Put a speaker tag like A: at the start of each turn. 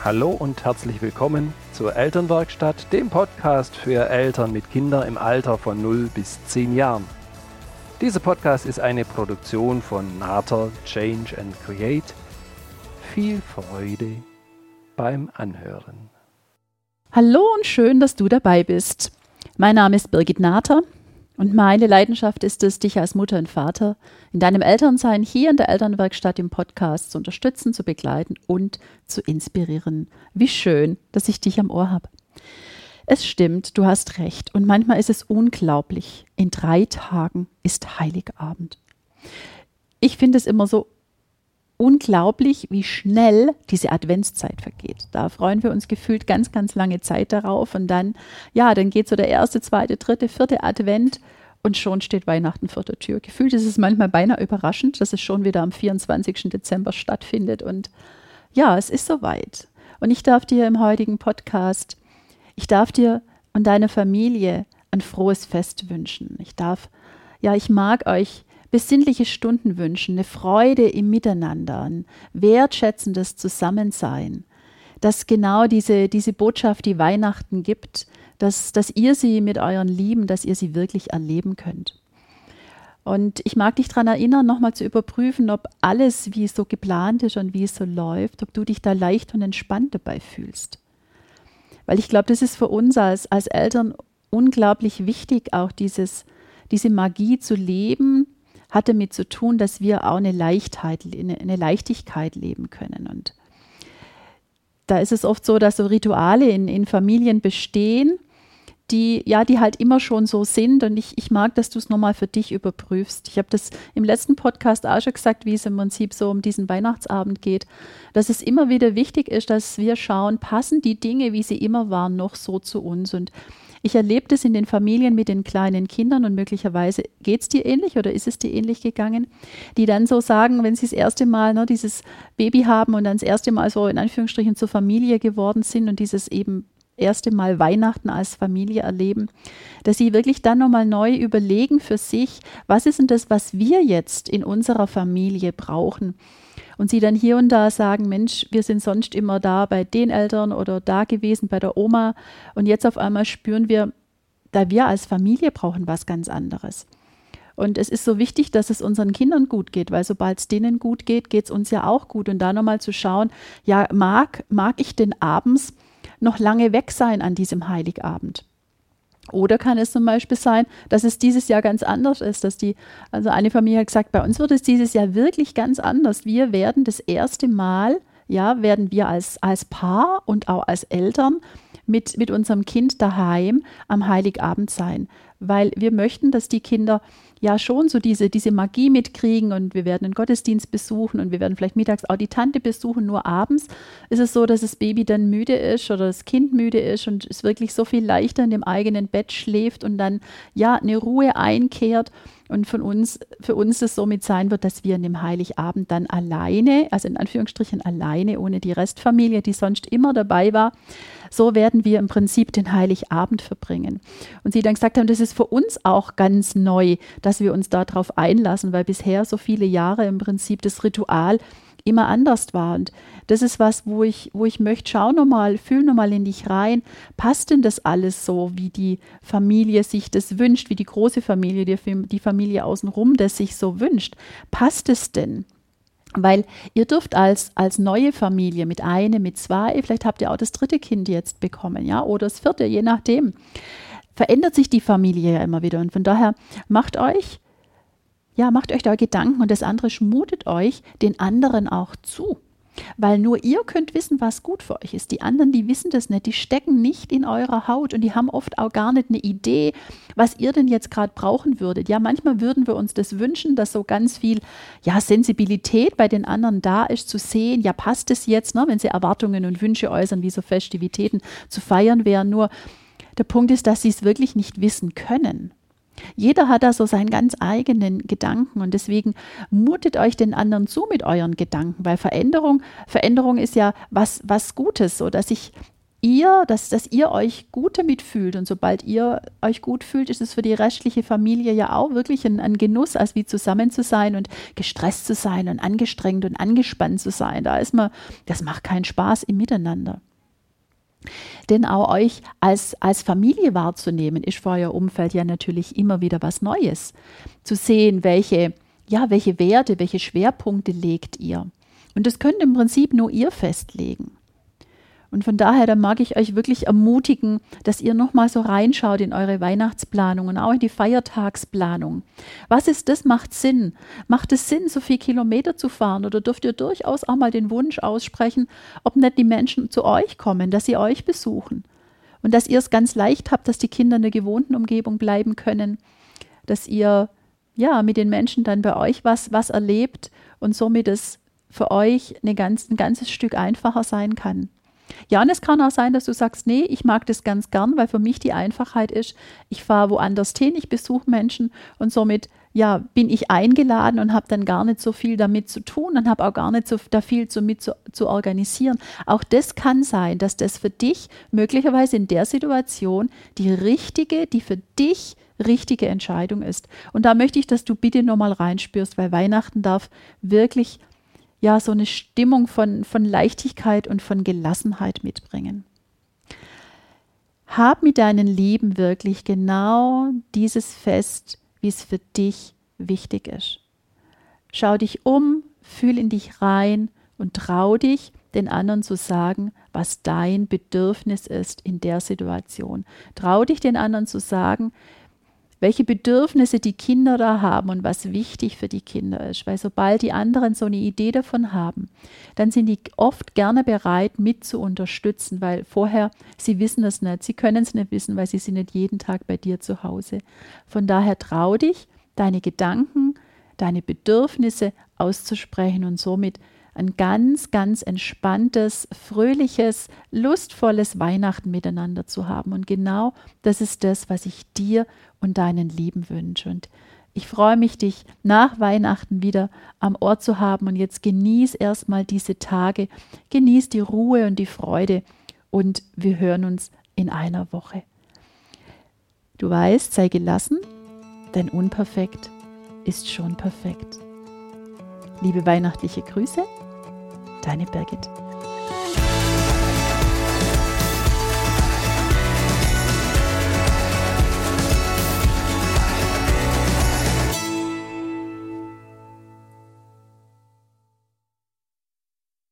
A: Hallo und herzlich willkommen zur Elternwerkstatt, dem Podcast für Eltern mit Kindern im Alter von 0 bis 10 Jahren. Dieser Podcast ist eine Produktion von NATER Change and Create. Viel Freude beim Anhören.
B: Hallo und schön, dass du dabei bist. Mein Name ist Birgit Nater und meine Leidenschaft ist es, dich als Mutter und Vater in deinem Elternsein hier in der Elternwerkstatt im Podcast zu unterstützen, zu begleiten und zu inspirieren. Wie schön, dass ich dich am Ohr habe. Es stimmt, du hast recht und manchmal ist es unglaublich. In 3 Tagen ist Heiligabend. Ich finde es immer so unglaublich, wie schnell diese Adventszeit vergeht. Da freuen wir uns gefühlt ganz, ganz lange Zeit darauf und dann geht so der 1., 2., 3., 4. Advent und schon steht Weihnachten vor der Tür. Gefühlt ist es manchmal beinahe überraschend, dass es schon wieder am 24. Dezember stattfindet und ja, es ist soweit. Und ich darf dir im heutigen Podcast, ich darf dir und deiner Familie ein frohes Fest wünschen. Ich mag euch besinnliche Stunden wünschen, eine Freude im Miteinander, ein wertschätzendes Zusammensein, dass genau diese Botschaft, die Weihnachten gibt, dass ihr sie mit euren Lieben, dass ihr sie wirklich erleben könnt. Und ich mag dich daran erinnern, nochmal zu überprüfen, ob alles, wie es so geplant ist und wie es so läuft, ob du dich da leicht und entspannt dabei fühlst. Weil ich glaube, das ist für uns als Eltern unglaublich wichtig, auch diese Magie zu leben, hat damit zu tun, dass wir auch eine Leichtigkeit leben können. Und da ist es oft so, dass so Rituale in Familien bestehen, die halt immer schon so sind. Und ich mag, dass du es nochmal für dich überprüfst. Ich habe das im letzten Podcast auch schon gesagt, wie es im Prinzip so um diesen Weihnachtsabend geht, dass es immer wieder wichtig ist, dass wir schauen, passen die Dinge, wie sie immer waren, noch so zu uns. Und ich erlebe das in den Familien mit den kleinen Kindern und möglicherweise geht es dir ähnlich oder ist es dir ähnlich gegangen, die dann so sagen, wenn sie das erste Mal dieses Baby haben und dann das erste Mal so in Anführungsstrichen zur Familie geworden sind und dieses eben erste Mal Weihnachten als Familie erleben, dass sie wirklich dann nochmal neu überlegen für sich, was ist denn das, was wir jetzt in unserer Familie brauchen? Und sie dann hier und da sagen, Mensch, wir sind sonst immer da bei den Eltern oder da gewesen bei der Oma und jetzt auf einmal spüren wir, da wir als Familie brauchen was ganz anderes. Und es ist so wichtig, dass es unseren Kindern gut geht, weil sobald es denen gut geht, geht es uns ja auch gut. Und da nochmal zu schauen, mag ich denn abends noch lange weg sein an diesem Heiligabend? Oder kann es zum Beispiel sein, dass es dieses Jahr ganz anders ist, also eine Familie hat gesagt, bei uns wird es dieses Jahr wirklich ganz anders. Wir werden das erste Mal, werden wir als Paar und auch als Eltern mit unserem Kind daheim am Heiligabend sein, weil wir möchten, dass die Kinder ja schon so diese Magie mitkriegen und wir werden einen Gottesdienst besuchen und wir werden vielleicht mittags auch die Tante besuchen, nur abends ist es so, dass das Baby dann müde ist oder das Kind müde ist und es wirklich so viel leichter in dem eigenen Bett schläft und dann eine Ruhe einkehrt und für uns es somit sein wird, dass wir in dem Heiligabend dann alleine, also in Anführungsstrichen alleine, ohne die Restfamilie, die sonst immer dabei war, so werden wir im Prinzip den Heiligabend verbringen. Und sie dann gesagt haben, das ist für uns auch ganz neu, dass wir uns darauf einlassen, weil bisher so viele Jahre im Prinzip das Ritual immer anders war. Und das ist was, wo ich möchte, fühl nochmal in dich rein, passt denn das alles so, wie die Familie sich das wünscht, wie die große Familie, die Familie außenrum das sich so wünscht? Passt es denn? Weil ihr dürft als neue Familie mit einem, mit 2, vielleicht habt ihr auch das 3. Kind jetzt bekommen, oder das 4., je nachdem, verändert sich die Familie ja immer wieder. Und von daher macht euch da Gedanken und das andere schmutet euch den anderen auch zu. Weil nur ihr könnt wissen, was gut für euch ist. Die anderen, die wissen das nicht, die stecken nicht in eurer Haut und die haben oft auch gar nicht eine Idee, was ihr denn jetzt gerade brauchen würdet. Ja, manchmal würden wir uns das wünschen, dass so ganz viel Sensibilität bei den anderen da ist, zu sehen, passt es jetzt, wenn sie Erwartungen und Wünsche äußern, wie so Festivitäten zu feiern wären. Nur der Punkt ist, dass sie es wirklich nicht wissen können. Jeder hat da so seinen ganz eigenen Gedanken und deswegen mutet euch den anderen zu mit euren Gedanken, weil Veränderung ist ja was Gutes, so dass ich dass ihr euch gut damit fühlt. Und sobald ihr euch gut fühlt, ist es für die restliche Familie ja auch wirklich ein Genuss, als wie zusammen zu sein und gestresst zu sein und angestrengt und angespannt zu sein. Das macht keinen Spaß im Miteinander. Denn auch euch als Familie wahrzunehmen, ist für euer Umfeld ja natürlich immer wieder was Neues. Zu sehen, welche Werte, welche Schwerpunkte legt ihr. Und das könnt im Prinzip nur ihr festlegen. Und von daher, da mag ich euch wirklich ermutigen, dass ihr nochmal so reinschaut in eure Weihnachtsplanung und auch in die Feiertagsplanung. Was ist das? Macht Sinn? Macht es Sinn, so viele Kilometer zu fahren? Oder dürft ihr durchaus auch mal den Wunsch aussprechen, ob nicht die Menschen zu euch kommen, dass sie euch besuchen? Und dass ihr es ganz leicht habt, dass die Kinder in der gewohnten Umgebung bleiben können, dass ihr mit den Menschen dann bei euch was erlebt und somit es für euch ein ganzes Stück einfacher sein kann. Ja, und es kann auch sein, dass du sagst, nee, ich mag das ganz gern, weil für mich die Einfachheit ist, ich fahre woanders hin, ich besuche Menschen und somit bin ich eingeladen und habe dann gar nicht so viel damit zu tun und habe auch gar nicht so viel zu organisieren. Auch das kann sein, dass das für dich möglicherweise in der Situation die für dich richtige Entscheidung ist. Und da möchte ich, dass du bitte nochmal reinspürst, weil Weihnachten darf wirklich so eine Stimmung von Leichtigkeit und von Gelassenheit mitbringen. Hab mit deinen Lieben wirklich genau dieses Fest, wie es für dich wichtig ist. Schau dich um, fühl in dich rein und trau dich, den anderen zu sagen, was dein Bedürfnis ist in der Situation. Trau dich, den anderen zu sagen, welche Bedürfnisse die Kinder da haben und was wichtig für die Kinder ist. Weil sobald die anderen so eine Idee davon haben, dann sind die oft gerne bereit, mit zu unterstützen, weil vorher, sie wissen es nicht, sie können es nicht wissen, weil sie sind nicht jeden Tag bei dir zu Hause. Von daher trau dich, deine Gedanken, deine Bedürfnisse auszusprechen und somit ein ganz, ganz entspanntes, fröhliches, lustvolles Weihnachten miteinander zu haben. Und genau das ist das, was ich dir und deinen Lieben wünsche. Und ich freue mich, dich nach Weihnachten wieder am Ort zu haben. Und jetzt genieß erstmal diese Tage, genieß die Ruhe und die Freude. Und wir hören uns in einer Woche. Du weißt, sei gelassen, denn unperfekt ist schon perfekt. Liebe weihnachtliche Grüße, deine Birgit.